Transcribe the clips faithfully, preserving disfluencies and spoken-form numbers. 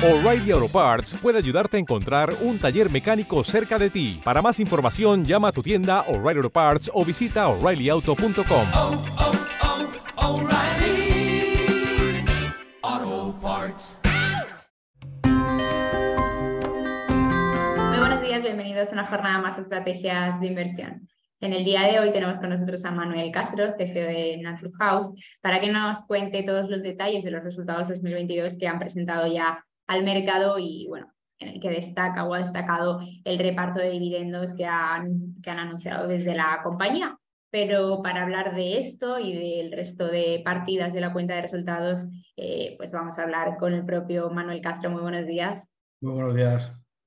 O'Reilly Auto Parts puede ayudarte a encontrar un taller mecánico cerca de ti. Para más información, llama a tu tienda O'Reilly Auto Parts o visita O'Reilly Auto punto com. Oh, oh, oh, O'Reilly Auto Parts. Muy buenos días, bienvenidos a una jornada más de estrategias de inversión. En el día de hoy tenemos con nosotros a Manuel Castro, C F O de Naturhaus, para que nos cuente todos los detalles de los resultados dos mil veintidós que han presentado ya al mercado y, bueno, en el que destaca o ha destacado el reparto de dividendos que han, que han anunciado desde la compañía. Pero para hablar de esto y del resto de partidas de la cuenta de resultados, eh, pues vamos a hablar con el propio Manuel Castro. Muy buenos días. Muy buenos días.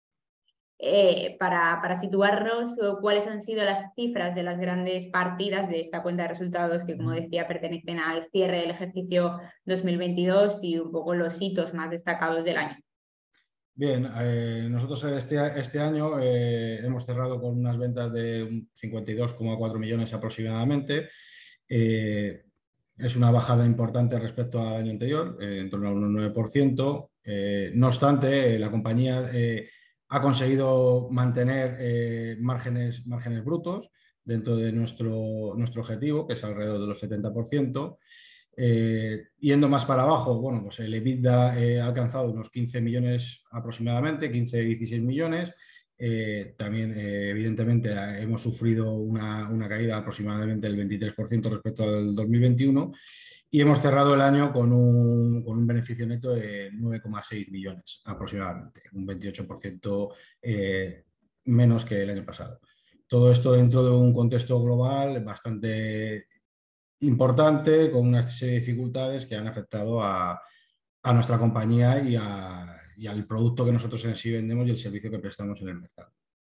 Eh, para, para situarnos, cuáles han sido las cifras de las grandes partidas de esta cuenta de resultados que, como decía, pertenecen al cierre del ejercicio dos mil veintidós y un poco los hitos más destacados del año. Bien, eh, nosotros este, este año eh, hemos cerrado con unas ventas de cincuenta y dos coma cuatro millones aproximadamente. Eh, es una bajada importante respecto al año anterior, eh, en torno a un nueve por ciento. Eh, no obstante, eh, la compañía eh, ha conseguido mantener eh, márgenes, márgenes brutos dentro de nuestro, nuestro objetivo, que es alrededor de los setenta por ciento. Eh, yendo más para abajo, bueno, pues el EBITDA eh, ha alcanzado unos quince millones aproximadamente, quince a dieciséis millones. Eh, también, eh, evidentemente, hemos sufrido una, una caída aproximadamente del veintitrés por ciento respecto al dos mil veintiuno y hemos cerrado el año con un, con un beneficio neto de nueve coma seis millones aproximadamente, un veintiocho por ciento eh, menos que el año pasado. Todo esto dentro de un contexto global bastante importante, con una serie de dificultades que han afectado a, a nuestra compañía y, a, y al producto que nosotros en sí vendemos y el servicio que prestamos en el mercado.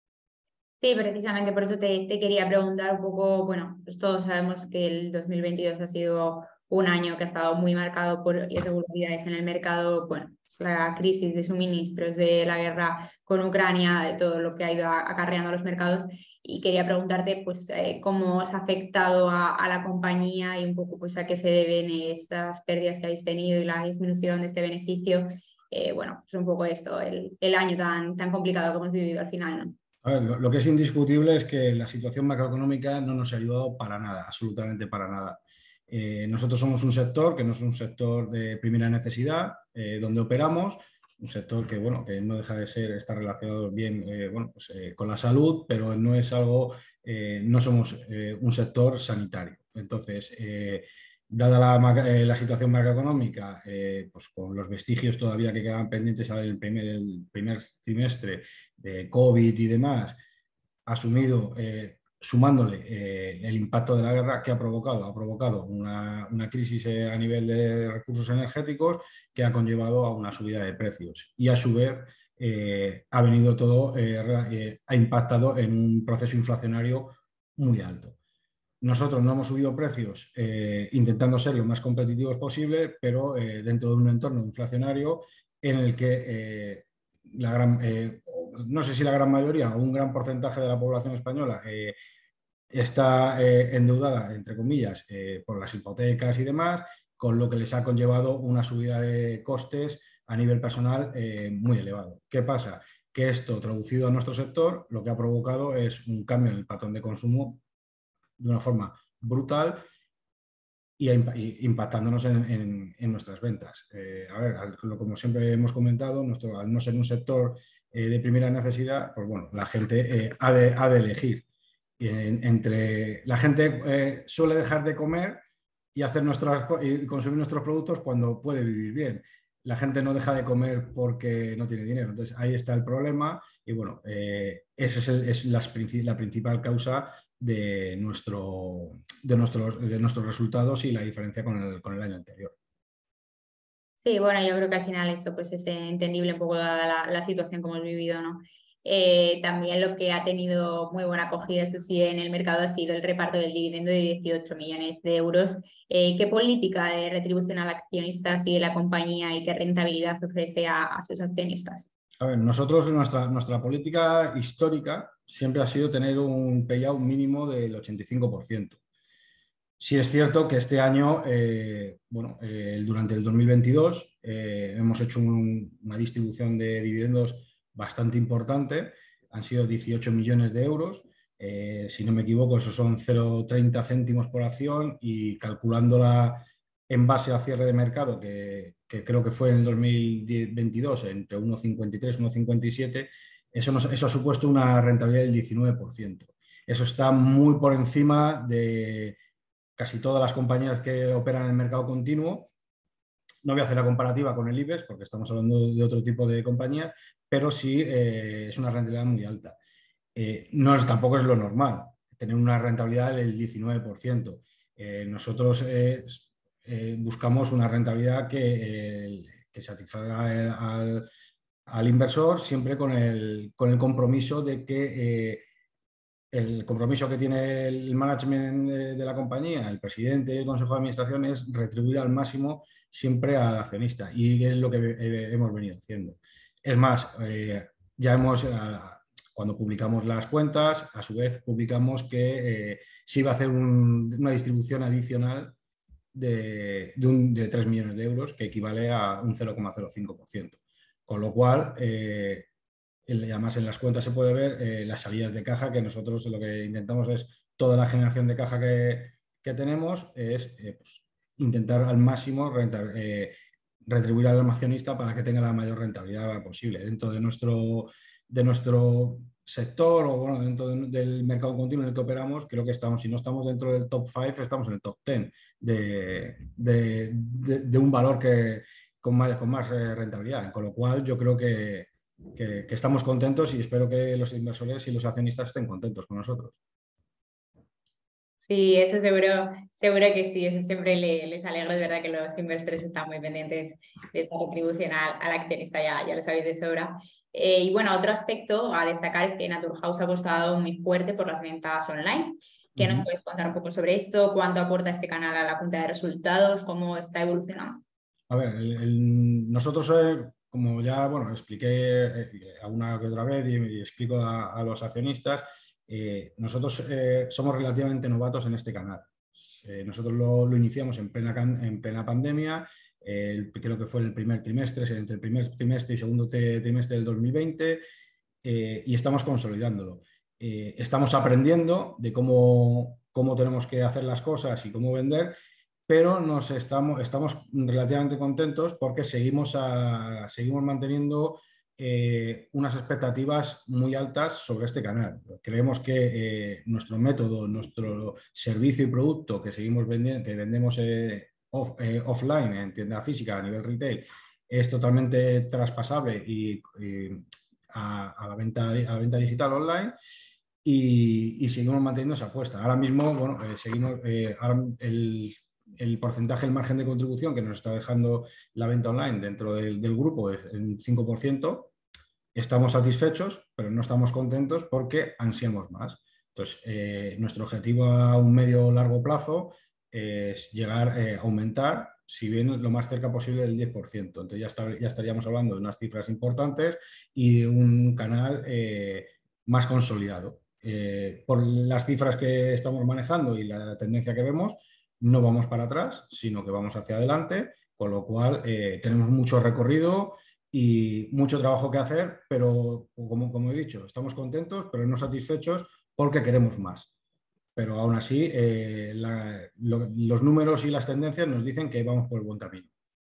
Sí, precisamente por eso te, te quería preguntar un poco, bueno, pues todos sabemos que el dos mil veintidós ha sido un año que ha estado muy marcado por irregularidades en el mercado, bueno, la crisis de suministros, de la guerra con Ucrania, de todo lo que ha ido acarreando a los mercados, y quería preguntarte pues eh, cómo os ha afectado a, a la compañía y un poco pues a qué se deben estas pérdidas que habéis tenido y la disminución de este beneficio. Eh, bueno, pues un poco esto, el, el año tan, tan complicado que hemos vivido al final, ¿no? A ver, lo, lo que es indiscutible es que la situación macroeconómica no nos ha ayudado para nada, absolutamente para nada. Eh, nosotros somos un sector que no es un sector de primera necesidad, eh, donde operamos, un sector que, bueno, que no deja de ser, está relacionado bien eh, bueno, pues, eh, con la salud, pero no es algo, eh, no somos eh, un sector sanitario. Entonces, eh, dada la, eh, la situación macroeconómica, eh, pues con los vestigios todavía que quedan pendientes al primer, el primer trimestre de COVID y demás, asumido, eh, sumándole eh, el impacto de la guerra que ha provocado, ha provocado una, una crisis eh, a nivel de recursos energéticos que ha conllevado a una subida de precios y a su vez eh, ha venido todo, eh, eh, ha impactado en un proceso inflacionario muy alto. Nosotros no hemos subido precios eh, intentando ser lo más competitivos posible, pero eh, dentro de un entorno inflacionario en el que eh, la gran, eh, no sé si la gran mayoría o un gran porcentaje de la población española eh, está eh, endeudada, entre comillas, eh, por las hipotecas y demás, con lo que les ha conllevado una subida de costes a nivel personal eh, muy elevado. ¿Qué pasa? Que esto, traducido a nuestro sector, lo que ha provocado es un cambio en el patrón de consumo de una forma brutal y impactándonos en, en, en nuestras ventas. Eh, a ver, como siempre hemos comentado, nuestro, al no ser un sector eh, de primera necesidad, pues bueno, la gente eh, ha, de, ha de elegir. En, entre, la gente eh, suele dejar de comer y, hacer nuestras, y consumir nuestros productos cuando puede vivir bien. La gente no deja de comer porque no tiene dinero. Entonces ahí está el problema y bueno, eh, esa es, el, es la, la principal causa de, nuestro, de, nuestros, de nuestros resultados y la diferencia con el, con el año anterior. Sí, bueno, yo creo que al final eso pues es entendible un poco dada la, la situación que hemos vivido, ¿no? Eh, también lo que ha tenido muy buena acogida, eso sí, en el mercado ha sido el reparto del dividendo de dieciocho millones de euros. Eh, ¿Qué política de retribución al accionista sigue la compañía y qué rentabilidad ofrece a, a sus accionistas? A ver, nosotros, nuestra, nuestra política histórica siempre ha sido tener un payout mínimo del ochenta y cinco por ciento. Sí es cierto que este año, eh, bueno, eh, durante el dos mil veintidós eh, hemos hecho un- una distribución de dividendos bastante importante. Han sido dieciocho millones de euros. Eh, si no me equivoco, esos son cero coma treinta céntimos por acción y calculándola en base a cierre de mercado, que, que creo que fue en el dos mil veintidós entre uno coma cincuenta y tres y uno coma cincuenta y siete, eso, nos- eso ha supuesto una rentabilidad del diecinueve por ciento. Eso está muy por encima de casi todas las compañías que operan en el mercado continuo. No voy a hacer la comparativa con el IBEX porque estamos hablando de otro tipo de compañías, pero sí eh, es una rentabilidad muy alta. Eh, no es, tampoco es lo normal tener una rentabilidad del diecinueve por ciento. Eh, nosotros eh, eh, buscamos una rentabilidad que, eh, que satisfaga al, al, inversor siempre con el, con el compromiso de que eh, el compromiso que tiene el management de, de la compañía, el presidente y el consejo de administración, es retribuir al máximo siempre al accionista, y es lo que eh, hemos venido haciendo. Es más, eh, ya hemos, eh, cuando publicamos las cuentas, a su vez publicamos que eh, se iba a hacer un, una distribución adicional de, de, un, de tres millones de euros, que equivale a un cero coma cero cinco por ciento. Con lo cual, eh, además en las cuentas se puede ver eh, las salidas de caja, que nosotros lo que intentamos es toda la generación de caja que, que tenemos, es eh, pues, intentar al máximo renta, eh, retribuir al accionista para que tenga la mayor rentabilidad posible. Dentro de nuestro, de nuestro sector o bueno, dentro de, del mercado continuo en el que operamos, creo que estamos, si no estamos dentro del top cinco, estamos en el top diez de, de, de, de un valor que, con más, con más eh, rentabilidad. Con lo cual yo creo que que, que estamos contentos y espero que los inversores y los accionistas estén contentos con nosotros. Sí, eso seguro, seguro que sí, eso siempre le, les alegra, es verdad que los inversores están muy pendientes de esta retribución al, al accionista, ya, ya lo sabéis de sobra. Eh, y bueno, otro aspecto a destacar es que Naturhaus ha apostado muy fuerte por las ventas online. ¿Qué nos Uh-huh. puedes contar un poco sobre esto? ¿Cuánto aporta este canal a la cuenta de resultados? ¿Cómo está evolucionando? A ver, el, el, nosotros, eh, como ya bueno, expliqué eh, alguna que otra vez y, y explico a, a los accionistas, eh, nosotros eh, somos relativamente novatos en este canal. Eh, nosotros lo, lo iniciamos en plena, en plena pandemia, eh, creo que fue el primer trimestre, entre el primer trimestre y segundo trimestre del dos mil veinte, eh, y estamos consolidándolo. Eh, estamos aprendiendo de cómo, cómo tenemos que hacer las cosas y cómo vender, pero nos estamos, estamos relativamente contentos porque seguimos, a, seguimos manteniendo eh, unas expectativas muy altas sobre este canal. Creemos que eh, nuestro método, nuestro servicio y producto que seguimos vendiendo, que vendemos eh, off, eh, offline en tienda física a nivel retail, es totalmente traspasable y, y a, a, la venta, a la venta digital online. Y, y seguimos manteniendo esa apuesta. Ahora mismo, bueno, eh, seguimos, eh, ahora el, el porcentaje, el margen de contribución que nos está dejando la venta online dentro del, del grupo es en cinco por ciento. Estamos satisfechos, pero no estamos contentos porque ansiamos más. Entonces, eh, nuestro objetivo a un medio o largo plazo es llegar a eh, aumentar, si bien lo más cerca posible del diez por ciento. Entonces, ya, está, ya estaríamos hablando de unas cifras importantes y de un canal eh, más consolidado. Eh, por las cifras que estamos manejando y la tendencia que vemos, no vamos para atrás, sino que vamos hacia adelante, con lo cual eh, tenemos mucho recorrido y mucho trabajo que hacer, pero como, como he dicho, estamos contentos, pero no satisfechos porque queremos más. Pero aún así, eh, la, lo, los números y las tendencias nos dicen que vamos por el buen camino.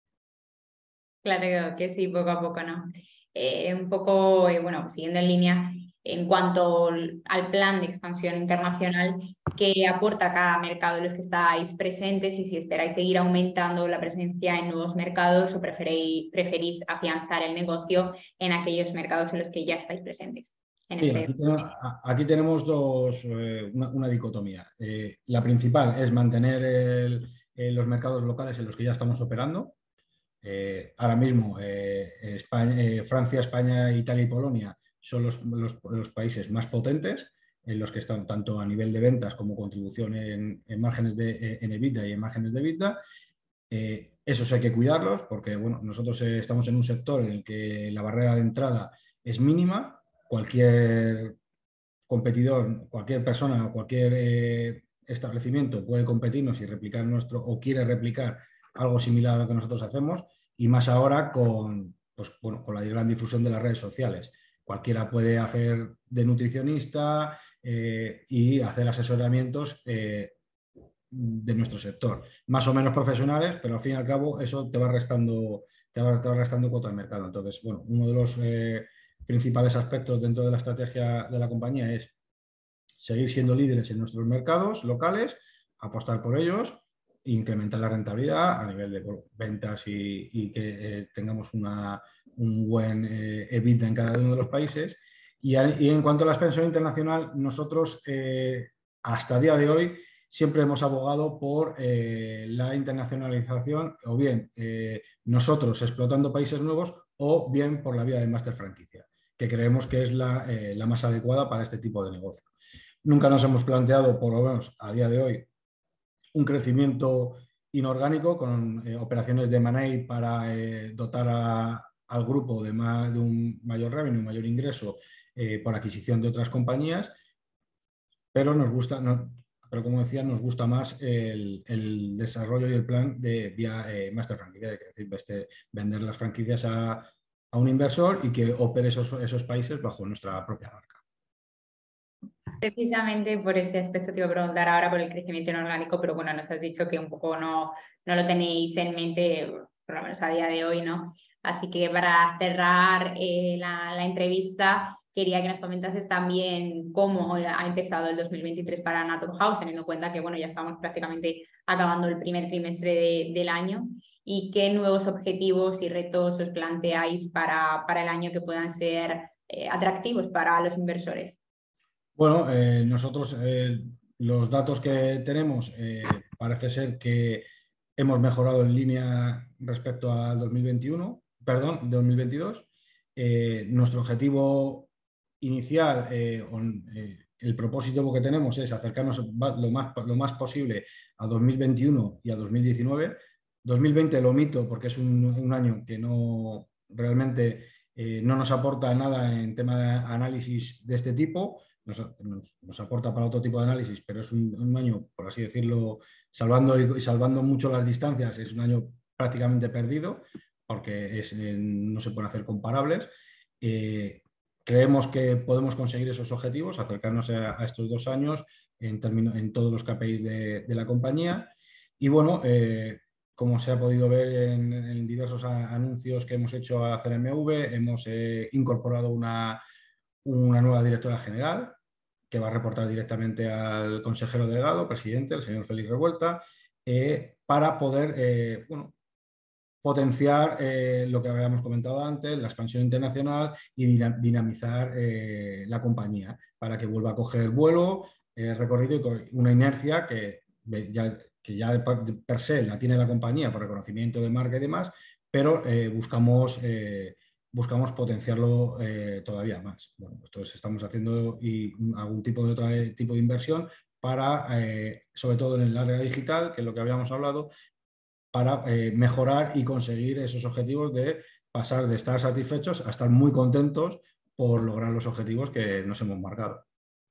Claro que sí, poco a poco, ¿no? Eh, un poco, eh, bueno, siguiendo en línea, en cuanto al plan de expansión internacional, ¿qué aporta cada mercado en los que estáis presentes y si esperáis seguir aumentando la presencia en nuevos mercados o preferéis, preferís afianzar el negocio en aquellos mercados en los que ya estáis presentes? En Sí, este... aquí, tenemos, aquí tenemos dos, eh, una, una, dicotomía. Eh, la principal es mantener el, eh, los mercados locales en los que ya estamos operando. Eh, ahora mismo eh, España, eh, Francia, España, Italia y Polonia son los, los, los países más potentes en los que están tanto a nivel de ventas como contribución en, en márgenes de en EBITDA y en márgenes de EBITDA. Eh, esos hay que cuidarlos porque bueno, nosotros eh, estamos en un sector en el que la barrera de entrada es mínima. Cualquier competidor, cualquier persona o cualquier eh, establecimiento puede competirnos y replicar nuestro, o quiere replicar algo similar a lo que nosotros hacemos, y más ahora con, pues, bueno, con la gran difusión de las redes sociales. Cualquiera puede hacer de nutricionista eh, y hacer asesoramientos eh, de nuestro sector, más o menos profesionales, pero al fin y al cabo eso te va restando, te va, te va restando cuota al mercado. Entonces, bueno, uno de los eh, principales aspectos dentro de la estrategia de la compañía es seguir siendo líderes en nuestros mercados locales, apostar por ellos, incrementar la rentabilidad a nivel de bueno, ventas y, y que eh, tengamos una, un buen eh, EBITDA en cada uno de los países. Y, a, y en cuanto a la expansión internacional, nosotros eh, hasta el día de hoy siempre hemos abogado por eh, la internacionalización, o bien eh, nosotros explotando países nuevos, o bien por la vía de máster franquicia, que creemos que es la, eh, la más adecuada para este tipo de negocio. Nunca nos hemos planteado, por lo menos a día de hoy, un crecimiento inorgánico con eh, operaciones de M and A para eh, dotar a, al grupo de, más, de un mayor revenue, un mayor ingreso eh, por adquisición de otras compañías, pero nos gusta, no, pero como decía, nos gusta más el, el desarrollo y el plan de vía eh, master franquicia, es decir, este, vender las franquicias a, a un inversor y que opere esos, esos países bajo nuestra propia marca. Precisamente por ese aspecto te iba a preguntar ahora por el crecimiento inorgánico, pero bueno, nos has dicho que un poco no, no lo tenéis en mente, por lo menos a día de hoy, ¿no? Así que para cerrar eh, la, la entrevista, quería que nos comentases también cómo ha empezado el dos mil veintitrés para Naturhaus, teniendo en cuenta que bueno, ya estamos prácticamente acabando el primer trimestre de, del año, y qué nuevos objetivos y retos os planteáis para, para el año que puedan ser eh, atractivos para los inversores. Bueno, eh, nosotros eh, los datos que tenemos eh, parece ser que hemos mejorado en línea respecto al dos mil veintiuno, perdón, dos mil veintidós. Eh, nuestro objetivo inicial, eh, on, eh, el propósito que tenemos es acercarnos lo más, lo más posible a dos mil veintiuno y a dos mil diecinueve. dos mil veinte lo omito porque es un, un año que no realmente eh, no nos aporta nada en tema de análisis de este tipo. Nos, nos, nos aporta para otro tipo de análisis, pero es un, un año, por así decirlo, salvando y, y salvando mucho las distancias, es un año prácticamente perdido porque es, eh, no se pueden hacer comparables. Eh, creemos que podemos conseguir esos objetivos, acercarnos a, a estos dos años en, término, en todos los K P Is de, de la compañía. Y bueno, eh, como se ha podido ver en, en diversos a, anuncios que hemos hecho a C N M V, hemos eh, incorporado una una nueva directora general que va a reportar directamente al consejero delegado, presidente, el señor Félix Revuelta, eh, para poder eh, bueno, potenciar eh, lo que habíamos comentado antes, la expansión internacional y dinamizar eh, la compañía para que vuelva a coger vuelo, eh, recorrido y una inercia que ya, que ya de per se la tiene la compañía por reconocimiento de marca y demás, pero eh, buscamos... Eh, buscamos potenciarlo eh, todavía más. Bueno, entonces estamos haciendo y algún tipo de otro tipo de inversión para, eh, sobre todo en el área digital, que es lo que habíamos hablado, para eh, mejorar y conseguir esos objetivos de pasar de estar satisfechos a estar muy contentos por lograr los objetivos que nos hemos marcado.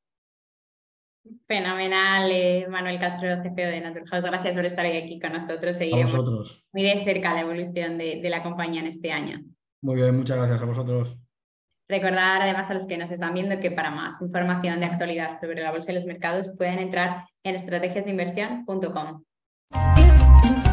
Fenomenal, eh, Manuel Castro, C F O de Naturhaus. Gracias por estar aquí con nosotros. Seguiremos a vosotros. Muy de cerca la evolución de, de la compañía en este año. Muy bien, muchas gracias a vosotros. Recordar además a los que nos están viendo que para más información de actualidad sobre la bolsa y los mercados pueden entrar en estrategias de inversión punto com.